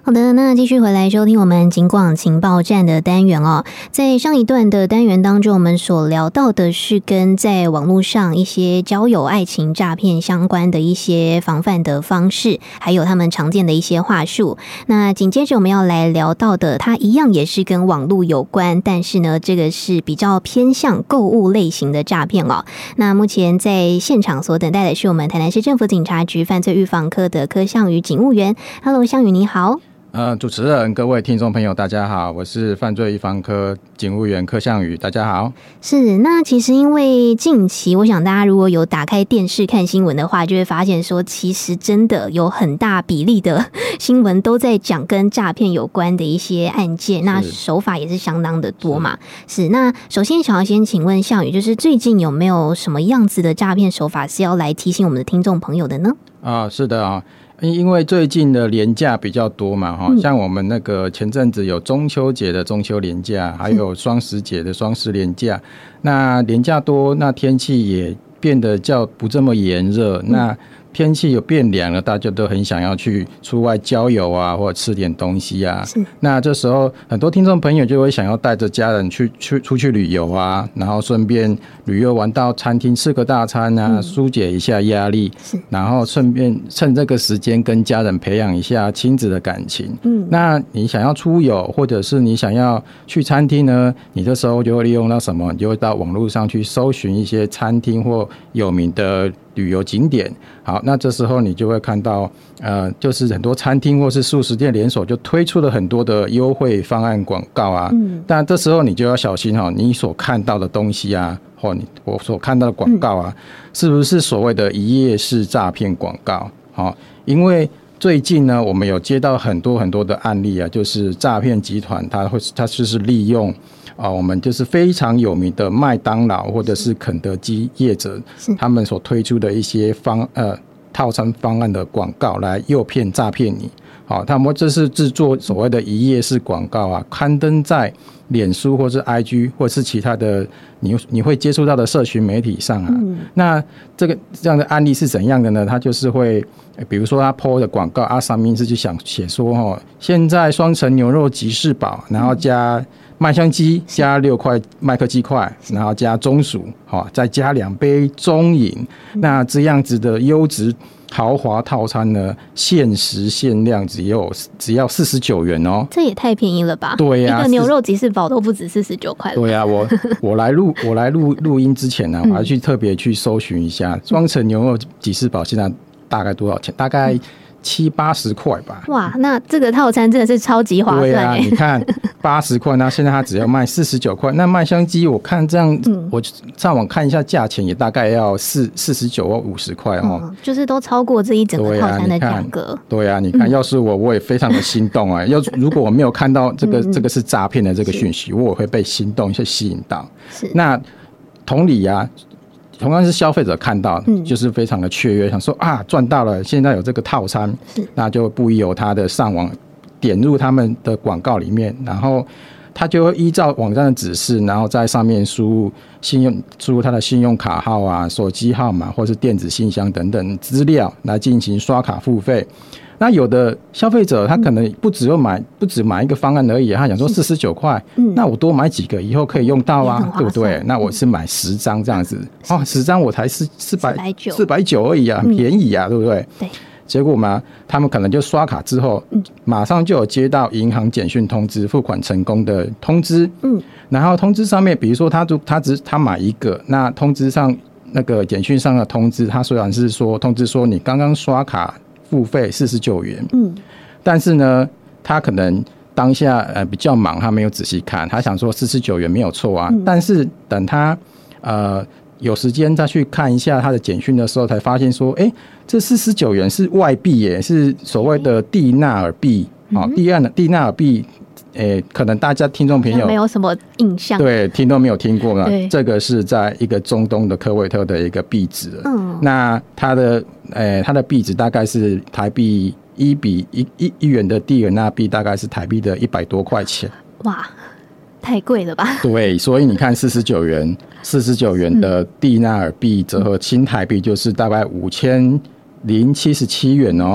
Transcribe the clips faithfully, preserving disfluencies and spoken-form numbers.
好的，那继续回来收听我们警广情报站的单元哦。在上一段的单元当中，我们所聊到的是跟在网络上一些交友、爱情诈骗相关的一些防范的方式，还有他们常见的一些话术。那紧接着我们要来聊到的，它一样也是跟网络有关，但是呢，这个是比较偏向购物类型的诈骗哦。那目前在现场所等待的是我们台南市政府警察局犯罪预防科的柯相宇警务员。Hello， 相宇你好。 呃，主持人、各位听众朋友，大家好，我是犯罪预防科警务员柯相宇，大家好。 是，那其实因为近期，我想大家如果有打开电视看新闻的话，就会发现说，其实真的有很大比例的新闻都在讲跟诈骗有关的一些案件，那手法也是相当的多嘛。是，是那首先想要先请问相宇，就是最近有没有什么样子的诈骗手法是要来提醒我们的听众朋友的呢？ 啊，是的啊。因为最近的连假比较多嘛，哈，像我们那个前阵子有中秋节的中秋连假，还有双十节的双十连假，那连假多，那天气也变得较不这么炎热，那天气有变凉了，大家都很想要去出外郊游啊，或者吃点东西啊。那这时候很多听众朋友就会想要带着家人去去出去旅游啊，然后顺便旅游完到餐厅吃个大餐啊，疏解一下压力，然后顺便趁这个时间跟家人培养一下亲子的感情。嗯，那你想要出游，或者是你想要去餐厅呢，你这时候就会利用到什么？你就会到网络上去搜寻一些餐厅或有名的旅游景点。好，那这时候你就会看到呃，就是很多餐厅或是素食店连锁就推出了很多的优惠方案广告啊。嗯，但这时候你就要小心哦，你所看到的东西啊，或你我所看到的广告啊，嗯，是不是所谓的一页式诈骗广告？好，因为最近呢，我们有接到很多很多的案例啊，就是诈骗集团它会它就是利用啊，我们就是非常有名的麦当劳或者是肯德基业者，他们所推出的一些方呃套餐方案的广告来诱骗诈骗你。好，他们这是制作所谓的一页式广告啊，刊登在脸书或是 I G 或是其他的你你会接触到的社群媒体上啊。嗯，那这个这样的案例是怎样的呢？他就是会，比如说他 po 的广告啊，上面是就想写说哦，现在双层牛肉吉士堡，然后加麦香鸡，加六块麦克鸡块，然后加中薯，好，再加两杯中饮。那这样子的优质豪华套餐呢，限时限量只有只要四十九元哦，这也太便宜了吧？ 对呀，啊， 一个牛肉吉士堡都不止四十九块了。 对呀，啊，我我来录我来录录音之前呢，啊，我还去特别去搜寻一下双层牛肉吉士堡现在大概多少钱？大概七八十块吧。 哇，那这个套餐真的是超级划算。 对啊，你看八十块，那现在它只要卖四十九块。那麦香鸡我看这样，嗯，我上网看一下价钱也大概要四四十九或五十块哦，嗯， 就是都超过这一整个套餐的价格。 对啊，你看，要是我，我也非常的心动啊。要如果我没有看到这个这个是诈骗的这个讯息，我也会被心动，去吸引到。是，那同理啊。同样是消费者看到，就是非常的雀跃，想说啊赚到了，现在有这个套餐，那就不疑有他的上网点入他们的广告里面，然后他就会依照网站的指示，然后在上面输入信用输入他的信用卡号啊、手机号码或是电子信箱等等资料来进行刷卡付费。那有的消费者他可能不只有买不只买一个方案而已，他想说四十九块，那我多买几个以后可以用到啊，对不对？那我是买十张这样子，哦，十张我才四四百四百九而已啊，很便宜啊，对不对？对。结果嘛，他们可能就刷卡之后，马上就有接到银行简讯通知付款成功的通知，嗯，然后通知上面，比如说他他只他买一个，那通知上那个简讯上的通知，他虽然是说通知说你刚刚刷卡付费四十九元，嗯，但是呢，他可能当下呃比较忙，他没有仔细看，他想说四十九元没有错啊，嗯，但是等他呃有时间再去看一下他的简讯的时候，才发现说，哎，这四十九元是外币耶，是所谓的蒂纳尔币，嗯，哦，蒂纳蒂纳尔币。诶，可能大家听众朋友没有什么印象， 对，听都没有听过嘛。这个是在一个中东的科威特的一个币值，嗯，那它的诶，它的币值大概是台币一比一一一元的蒂尔纳币，大概是台币的一百多块钱。 哇，太贵了吧？ 对，所以你看四十九元，四十九元的蒂纳尔币折合新台币就是大概五千零七十七元哦。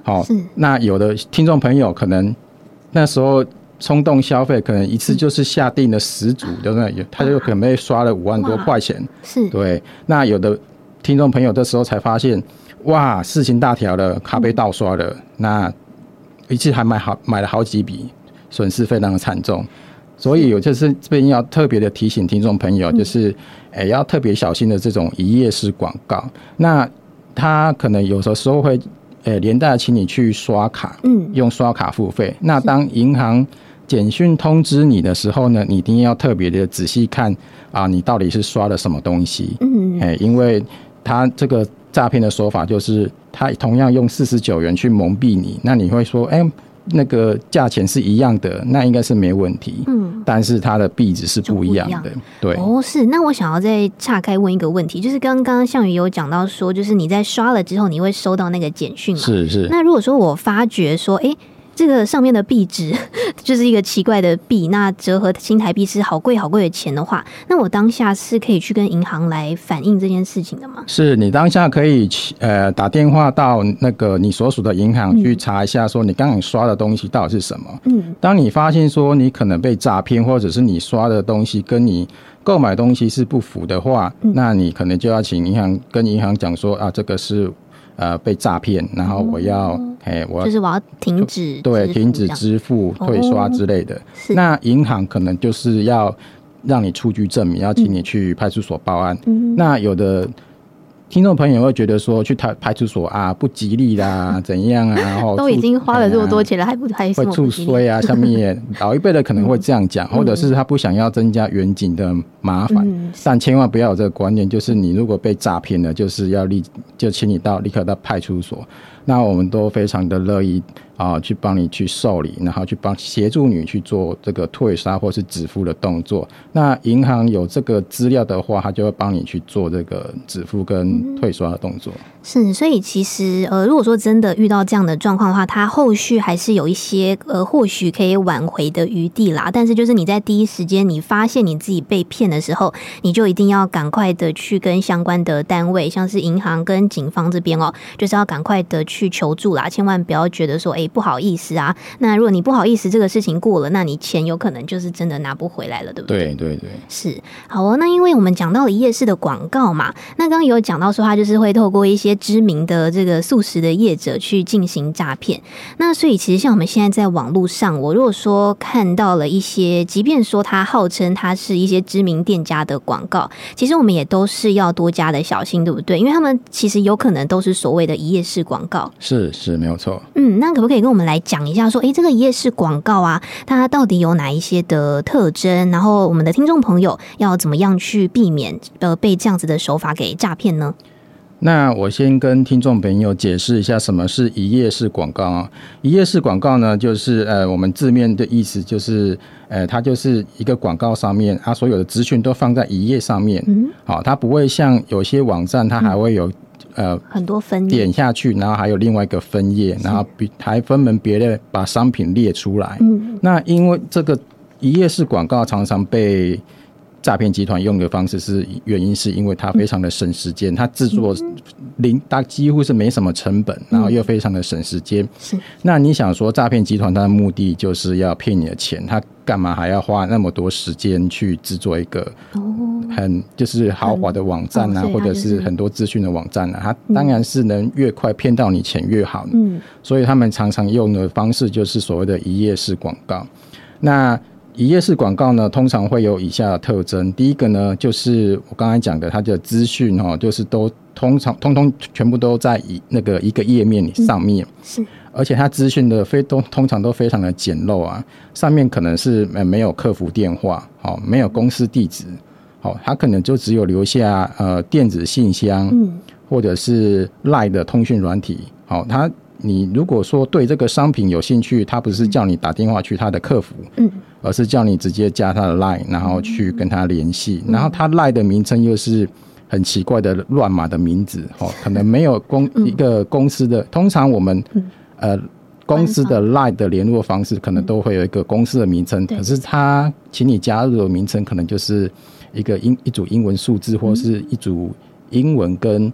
好、哦，那有的听众朋友可能那时候冲动消费，可能一次就是下定了十组，对不对？他就可能被刷了五万多块钱。 是， 对。那有的听众朋友这时候才发现，哇，事情大条了，卡被盗刷了，嗯、那一次还买好买了好几笔，损失非常的惨重。所以，有就是这边要特别的提醒听众朋友，就是，哎、欸，要特别小心的这种一页式广告。那他可能有的时候会，呃、欸，连带请你去刷卡，嗯，用刷卡付费。那当银行简讯通知你的时候呢，你一定要特别的仔细看啊，你到底是刷了什么东西，嗯，哎、欸，因为他这个诈骗的手法就是，他同样用四十九元去蒙蔽你，那你会说，哎、欸。那个价钱是一样的，那应该是没问题。嗯，但是它的币值是不一样的。对， 哦，是。那我想要再岔开问一个问题，就是刚刚象宇有讲到说，就是你在刷了之后，你会收到那个简讯嘛？ 是是。 那如果说我发觉说，哎、欸。这个上面的币值就是一个奇怪的币，那折合新台币是好贵好贵的钱的话，那我当下是可以去跟银行来反映这件事情的吗？ 是，你当下可以呃打电话到那个你所属的银行去查一下，说你刚刚刷的东西到底是什么。嗯，当你发现说你可能被诈骗，或者是你刷的东西跟你购买东西是不符的话，嗯、那你可能就要请银行跟银行讲说啊，这个是。呃，被诈骗，然后我要，哎、哦，我就是我要停止， 对，停止支付、退刷之类的。哦、那银行可能就是要让你出具证明，要请你去派出所报案。嗯、那有的听众朋友会觉得说，去派派出所啊不吉利啦，怎样啊？然后都已经花了这么多钱了，还不还会触衰啊？下面老一辈的可能会这样讲，嗯、或者是他不想要增加远景的麻烦，嗯、但千万不要有这个观念，就是你如果被诈骗了，就是要立就请你到立刻到派出所。那我们都非常的乐意啊，去帮你去受理，然后去帮协助你去做这个退刷或是止付的动作。那银行有这个资料的话，他就会帮你去做这个止付跟退刷的动作。嗯、 是，所以其实呃，如果说真的遇到这样的状况的话，它后续还是有一些呃，或许可以挽回的余地啦。但是就是你在第一时间你发现你自己被骗的时候，你就一定要赶快的去跟相关的单位，像是银行跟警方这边哦，就是要赶快的去求助啦，千万不要觉得说，哎、欸，不好意思啊。那如果你不好意思，这个事情过了，那你钱有可能就是真的拿不回来了，对不对？ 对对对， 是。好哦，那因为我们讲到了一页式的广告嘛，那刚刚有讲到说，它就是会透过一些知名的这个素食的业者去进行诈骗。那所以其实像我们现在在网络上，我如果说看到了一些，即便说它号称它是一些知名店家的广告，其实我们也都是要多加的小心，对不对？因为他们其实有可能都是所谓的一页式广告。 是是，没有错。 嗯，那可不可以跟我们来讲一下说，哎，这个一页式广告啊，它到底有哪一些的特征？然后我们的听众朋友要怎么样去避免呃被这样子的手法给诈骗呢？ 那我先跟听众朋友解释一下什么是一页式广告啊。一页式广告呢，就是呃我们字面的意思就是呃它就是一个广告上面它所有的资讯都放在一页上面。嗯，好，它不会像有些网站它还会有、嗯呃， 很多分页点下去，然后还有另外一个分页，然后还分门别类把商品列出来。嗯，那因为这个一页式广告常常被诈骗集团用的方式是原因是因为它非常的省时间，它制作零它几乎是没什么成本，然后又非常的省时间。是，那你想说诈骗集团它的目的就是要骗你的钱，它干嘛还要花那么多时间去制作一个很就是豪华的网站啊，或者是很多资讯的网站啊？它当然是能越快骗到你钱越好。嗯，所以他们常常用的方式就是所谓的一页式广告。那一页式广告呢，通常会有以下的特征。第一个呢，就是我刚才讲的，它的资讯哦，就是都通常通通全部都在一那个一个页面上面。嗯、是，而且它资讯的非都通常都非常的简陋啊，上面可能是没有客服电话，哦，没有公司地址，哦，它可能就只有留下呃电子信箱，嗯，或者是 LINE 的通讯软体，哦，它。你如果说对这个商品有兴趣，他不是叫你打电话去他的客服，嗯，而是叫你直接加他的 LINE， 然后去跟他联系，嗯、然后他 LINE 的名称又是很奇怪的乱码的名字，哦，可能没有公、嗯、一个公司的，通常我们、嗯、呃公司的 LINE 的联络方式可能都会有一个公司的名称，嗯、可是他请你加入的名称可能就是一个英一组英文数字或是一组英文跟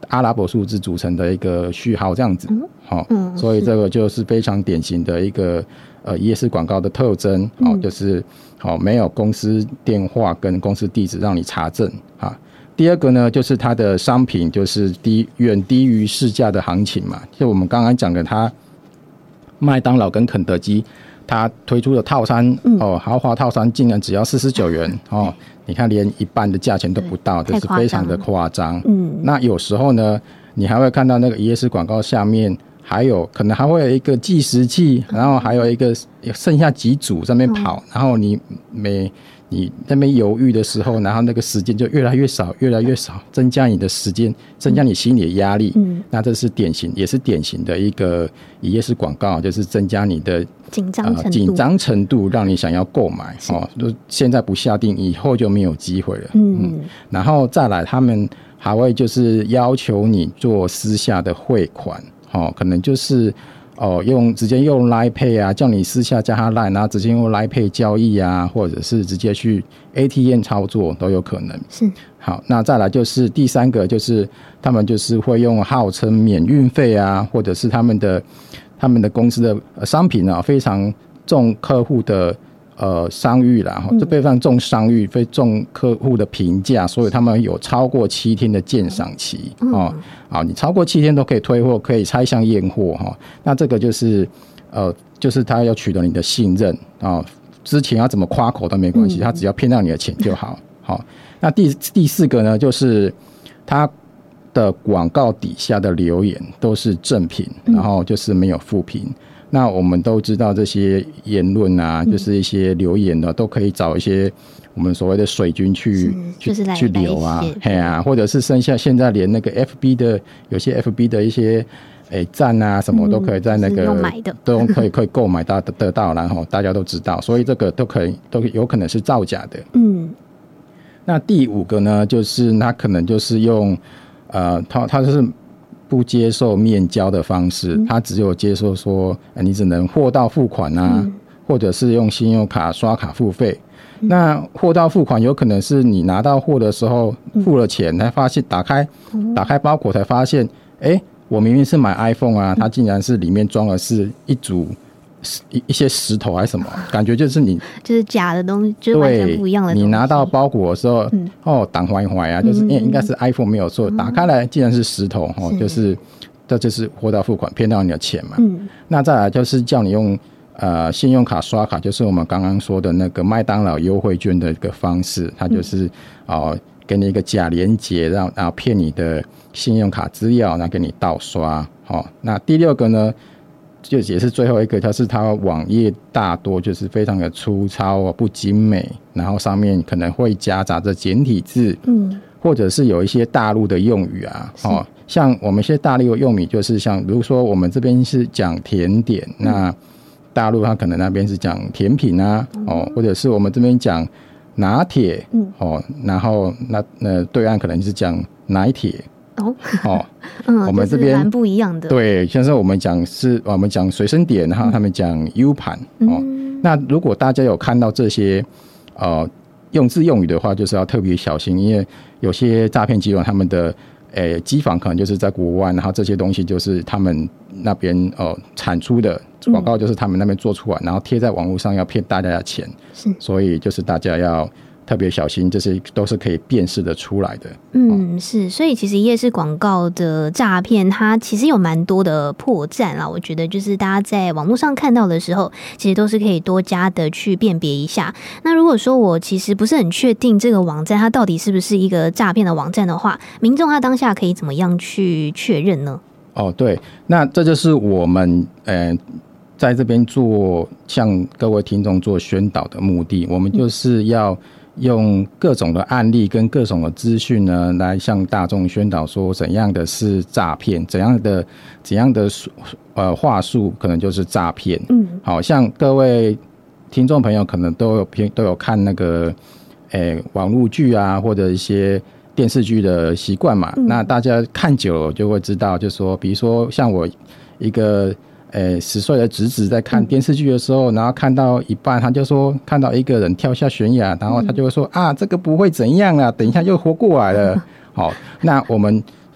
阿拉伯数字组成的一个序号这样子，哦嗯、所以这个就是非常典型的一个呃一页式广告的特征，哦、就是哦没有公司电话跟公司地址让你查证啊。第二个呢，就是它的商品就是低远低于市价的行情嘛，就我们刚刚讲的，它麦当劳跟肯德基，它推出的套餐、嗯、哦豪华套餐竟然只要四十九元哦，你看连一半的价钱都不到，这是非常的夸张。嗯，那有时候呢，你还会看到那个一页式广告下面还有可能还会有一个计时器，然后还有一个剩下几组在那边跑，嗯、然后你每你在那边犹豫的时候，然后那个时间就越来越少越来越少，增加你的时间，增加你心理的压力。嗯，那这是典型也是典型的一个一页式广告，就是增加你的紧张程度、呃、 紧张程度，让你想要购买。哦，现在不下定，以后就没有机会了。 嗯, 嗯，然后再来他们还会就是要求你做私下的汇款。哦，可能就是哦，用直接用 Line Pay 啊，叫你私下加他 Line， 然后直接用 Line Pay 交易啊，或者是直接去 A T M 操作都有可能。 是。 好，那再来就是第三个，就是他们就是会用号称免运费啊，或者是他们的他们的公司的商品啊，非常重客户的呃商誉啦，这非常重商誉，非重客户的评价，所以他们有超过七天的鉴赏期。嗯、哦，好，你超过七天都可以退货，可以拆箱验货哈、哦。那这个就是呃，就是他要取得你的信任啊、哦。之前要怎么夸口都没关系，他只要骗到你的钱就好。好、哦，那第第四个呢，就是他的广告底下的留言都是正评，然后就是没有负评。那我们都知道这些言论啊，就是一些留言的，都可以找一些我们所谓的水军去去、就是、去留啊，嘿啊，或者是剩下现在连那个 F B 的有些 F B 的一些诶赞啊什么都可以在那个、 嗯、 都可以可以购买到得到，然后大家都知道，所以这个都可以都有可能是造假的。嗯，那第五个呢，就是他可能就是用呃，他他是。不接受面交的方式，他只有接受说你只能货到付款啊、嗯、或者是用信用卡刷卡付费、嗯、那货到付款有可能是你拿到货的时候付了钱才发现，打开、嗯、打开包裹才发现哎、欸，我明明是买 iPhone 啊，它竟然是里面装的是一组一一些石头还是什么，感觉就是你就是假的东西，就是完全不一样的东西。 你拿到包裹的时候，嗯、哦，挡怀怀啊，就是因为应该是 iPhone 没有错，嗯、打开来竟然是石头，哦，是就是这就是货到付款，骗到你的钱嘛。嗯，那再来就是叫你用呃信用卡刷卡，就是我们刚刚说的那个麦当劳优惠券的一个方式，它就是哦、呃、给你一个假连结，然后然后骗你的信用卡资料，然后给你盗刷。哦，那第六个呢？就也是最后一个，它是它网页大多就是非常的粗糙不精美，然后上面可能会夹杂着简体字，嗯，或者是有一些大陆的用语啊，哦，像我们一些大陆的用语就是像，比如说我们这边是讲甜点，嗯、那大陆它可能那边是讲甜品啊，嗯、哦，或者是我们这边讲拿铁，嗯，哦，然后那那对岸可能是讲奶铁。 哦， 哦嗯， 我们这边蛮不一样的。 对，像是我们讲是我们讲随身点，然后他们讲 U 盘、嗯、哦。那如果大家有看到这些呃用字用语的话，就是要特别小心，因为有些诈骗集团他们的诶机房可能就是在国外，然后这些东西就是他们那边呃产出的广告，就是他们那边做出来，然后贴在网络上要骗大家的钱。是，所以就是大家要特别小心，这些都是可以辨识的出来的。 嗯，是，所以其实夜市广告的诈骗，它其实有蛮多的破绽啦。我觉得就是大家在网络上看到的时候，其实都是可以多加的去辨别一下。那如果说我其实不是很确定这个网站它到底是不是一个诈骗的网站的话，民众他当下可以怎么样去确认呢？ 哦，对，那这就是我们呃。在这边做向各位听众做宣导的目的，我们就是要用各种的案例跟各种的资讯呢，来向大众宣导说怎样的是诈骗，怎样的怎样的呃话术可能就是诈骗。嗯，好像各位听众朋友可能都有都有看那个诶、欸、网络剧啊，或者一些电视剧的习惯嘛、嗯。那大家看久了就会知道，就说比如说像我一个。诶，十岁的侄子在看电视剧的时候、嗯，然后看到一半，他就说看到一个人跳下悬崖，然后他就会说、嗯、啊，这个不会怎样啊，等一下又活过来了。好、嗯哦，那我们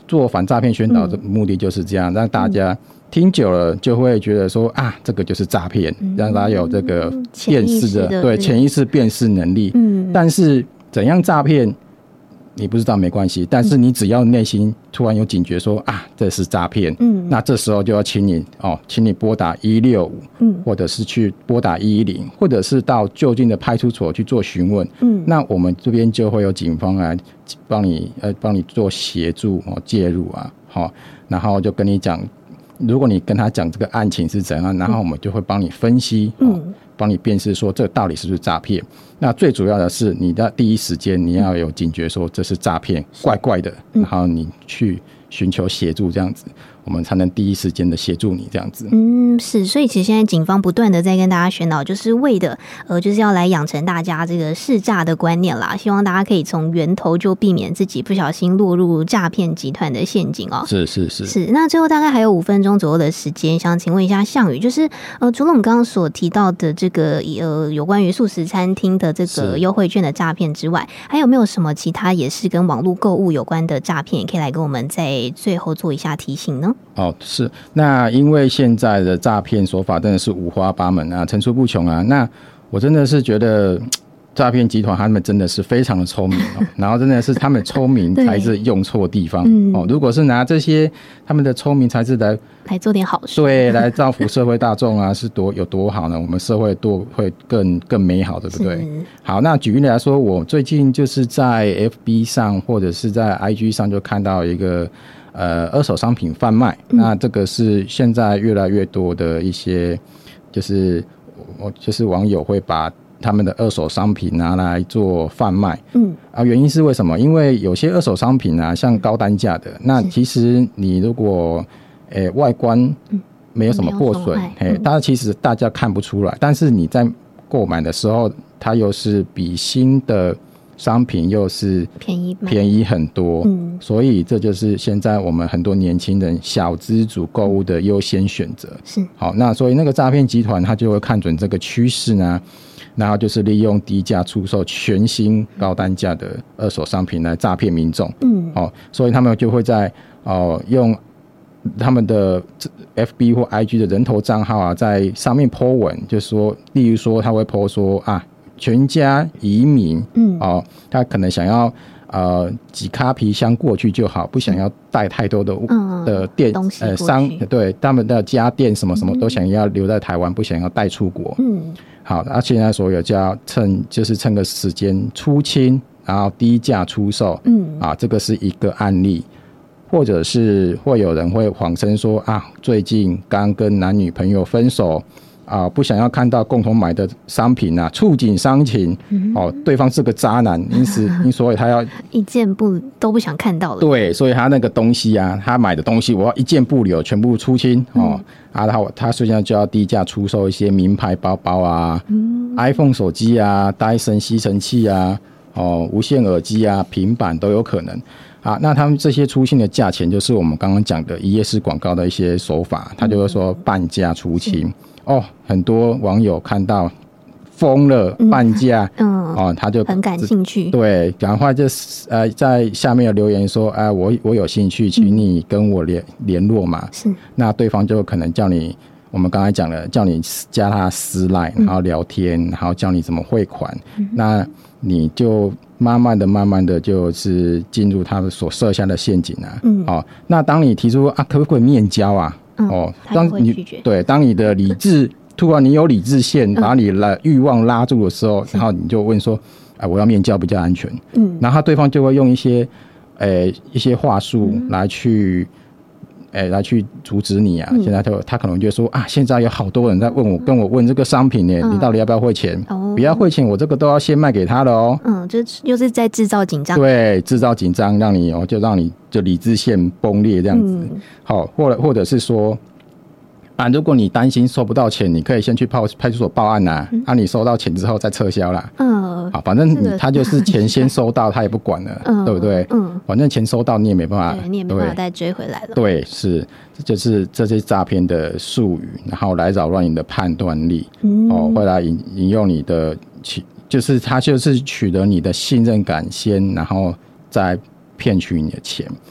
做反诈骗宣导的目的就是这样，让大家听久了就会觉得说啊，这个就是诈骗，让大家有这个辨识的，对，潜意识辨识能力。嗯，但是怎样诈骗你不知道没关系，但是你只要内心突然有警觉说啊，这是诈骗，嗯，那这时候就要请你哦，请你拨打一六五，嗯，或者是去拨打一一零，或者是到就近的派出所去做询问，嗯，那我们这边就会有警方来帮你呃帮你做协助哦介入啊，好、哦，然后就跟你讲，如果你跟他讲这个案情是怎样，然后我们就会帮你分析，嗯。哦，帮你辨识说这到底是不是诈骗。那最主要的是你的第一时间你要有警觉说这是诈骗，怪怪的，然后你去寻求协助，这样子我们才能第一时间的协助你这样子。 嗯，是，所以其实现在警方不断的在跟大家宣导，就是为的呃，就是要来养成大家这个识诈的观念啦，希望大家可以从源头就避免自己不小心落入诈骗集团的陷阱哦。 是是是是。那最后大概还有五分钟左右的时间，想请问一下象宇，就是呃，除了我们刚刚所提到的这个呃有关于素食餐厅的这个优惠券的诈骗之外，还有没有什么其他也是跟网络购物有关的诈骗，也可以来跟我们在最后做一下提醒呢？ 哦，是。那因为现在的诈骗手法真的是五花八门啊，层出不穷啊。那我真的是觉得诈骗集团他们真的是非常的聪明、哦、然后真的是他们聪明才是用错地方、嗯哦、如果是拿这些他们的聪明才智来来做点好事， 对，来造福社会大众啊，是多有多好呢？我们社会多会更更美好，对不对？好，那举例来说，我最近就是在 F B 上或者是在 I G 上就看到一个呃二手商品贩卖、嗯、那这个是现在越来越多的一些就是我就是网友会把他们的二手商品拿来做贩卖，嗯啊，原因是为什么？因为有些二手商品啊，像高单价的，那其实你如果诶外观没有什么破损，嘿，但其实大家看不出来，但是你在购买的时候，它又是比新的商品又是便宜便宜很多，嗯，所以这就是现在我们很多年轻人小资主购物的优先选择。是，好，那所以那个诈骗集团他就会看准这个趋势呢，然后就是利用低价出售全新高单价的二手商品来诈骗民众。嗯，好，所以他们就会在哦、呃、用他们的 F B 或 I G 的人头账号啊，在上面 po 文，就是说，例如说他会 po 说啊，全家移民，嗯，哦，他可能想要呃几卡皮箱过去就好，不想要带太多的、嗯、的电呃商，对，他们的家电什么什么都想要留在台湾，不想要带出国。嗯，好，那、啊、现在所有就要趁就是趁个时间出清，然后低价出售。嗯，啊，这个是一个案例。或者是会有人会谎称说啊，最近刚跟男女朋友分手啊，不想要看到共同买的商品啊，触景伤情、嗯、哦，对方是个渣男，因此所以他要一件不都不想看到了， 对，所以他那个东西啊，他买的东西我要一件不留，全部出清哦、嗯、啊，然后他现在就要低价出售一些名牌包包啊、嗯、iPhone 手机啊、戴森吸尘器啊、哦，无线耳机啊、平板都有可能。啊，那他们这些出清的价钱，就是我们刚刚讲的一页式广告的一些手法，他就会说半价出清、嗯、哦，很多网友看到疯了，半价，嗯，哦，他就很感兴趣， 对，赶快就呃在下面有留言说，哎、呃，我我有兴趣，请你跟我联联络嘛，是，那对方就可能叫你，我们刚才讲了，叫你加他私 LINE， 然后聊天，然后教你怎么汇款，嗯、那你就慢慢的、慢慢的，就是进入他们所设下的陷阱啊。嗯，哦，那当你提出啊，可不可以面交啊？嗯、哦，当你对，当你的理智突然你有理智线把你的欲望拉住的时候，嗯、然后你就问说，哎，我要面交比较安全。嗯，然后对方就会用一些，诶、欸，一些话术来去。欸、来去阻止你啊！嗯、现在他他可能就说啊，现在有好多人在问我，跟我问这个商品呢、欸嗯，你到底要不要汇钱？哦、不要汇钱，我这个都要先卖给他了哦。 嗯，就又是在制造紧张。 对，制造紧张，让你哦，就让你就理智线崩裂这样子。嗯、好，或者或者是说啊，如果你担心收不到钱，你可以先去派派出所报案啦、嗯。啊，你收到钱之后再撤销啦。嗯，好，反正你他就是钱先收到，他也不管了，嗯、对不对？嗯，反正钱收到你也没办法， 对，你也没办法再追回来了。 对，是，这就是这些诈骗的术语，然后来扰乱你的判断力，嗯、哦，会来引引诱你的，就是他就是取得你的信任感先，然后再骗取你的钱。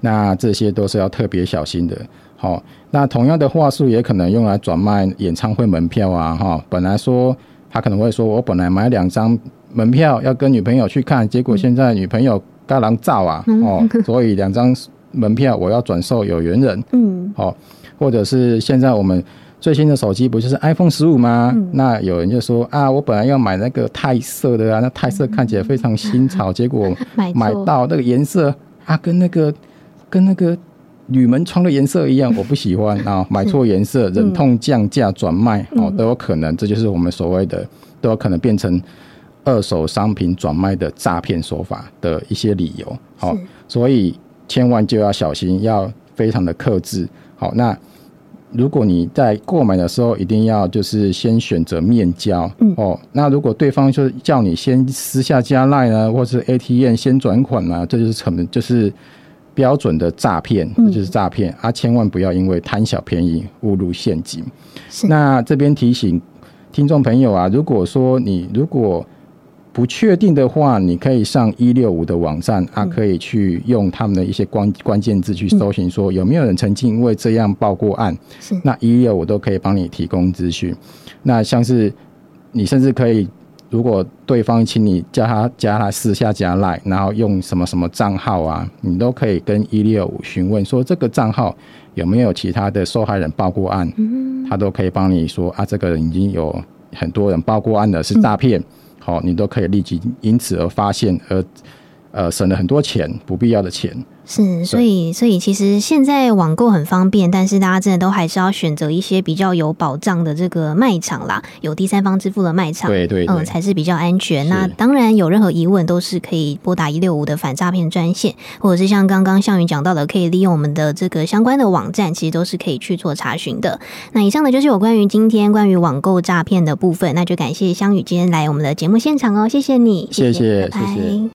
那这些都是要特别小心的。好、哦，那同样的话术也可能用来转卖演唱会门票啊，哈、哦，本来说他可能会说，我本来买两张门票要跟女朋友去看，结果现在女朋友嘎狼照啊，哦，所以两张门票我要转售有缘人，嗯，好、哦，或者是现在我们最新的手机不就是 iPhone 十五吗、嗯？那有人就说啊，我本来要买那个钛色的啊，那钛色看起来非常新潮，结果买到那个颜色啊，跟那个跟那个铝门窗的颜色一样，我不喜欢啊，买错颜色，忍痛降价转卖、嗯、哦，都有可能，这就是我们所谓的都有可能变成二手商品转卖的诈骗手法的一些理由。好、哦，所以千万就要小心，要非常的克制。好，那如果你在购买的时候，一定要就是先选择面交、嗯、哦。那如果对方就叫你先私下加 LINE 呢，或是 A T M 先转款啊，这就是成就是标准的诈骗，这就是诈骗、嗯、啊！千万不要因为贪小便宜误入陷阱。那这边提醒听众朋友啊，如果说你如果不确定的话，你可以上一六五的网站啊，可以去用他们的一些关关键字去搜寻，说有没有人曾经因为这样报过案。是，那一六五都可以帮你提供资讯。那像是你甚至可以，如果对方请你叫他加他私下加 LINE， 然后用什么什么账号啊，你都可以跟一六五询问说这个账号有没有其他的受害人报过案，嗯、他都可以帮你说啊，这个人已经有很多人报过案了，是诈骗。嗯好，你都可以立即因此而发现，而呃省了很多钱，不必要的钱。 是，所以所以其实现在网购很方便，但是大家真的都还是要选择一些比较有保障的这个卖场啦，有第三方支付的卖场， 对对对， 嗯，才是比较安全。那当然有任何疑问都是可以拨打一六五的反诈骗专线，或者是像刚刚向宇讲到的，可以利用我们的这个相关的网站，其实都是可以去做查询的。那以上呢就是有关于今天关于网购诈骗的部分，那就感谢向宇今天来我们的节目现场哦，谢谢你， 谢谢，谢谢。拜拜。谢谢。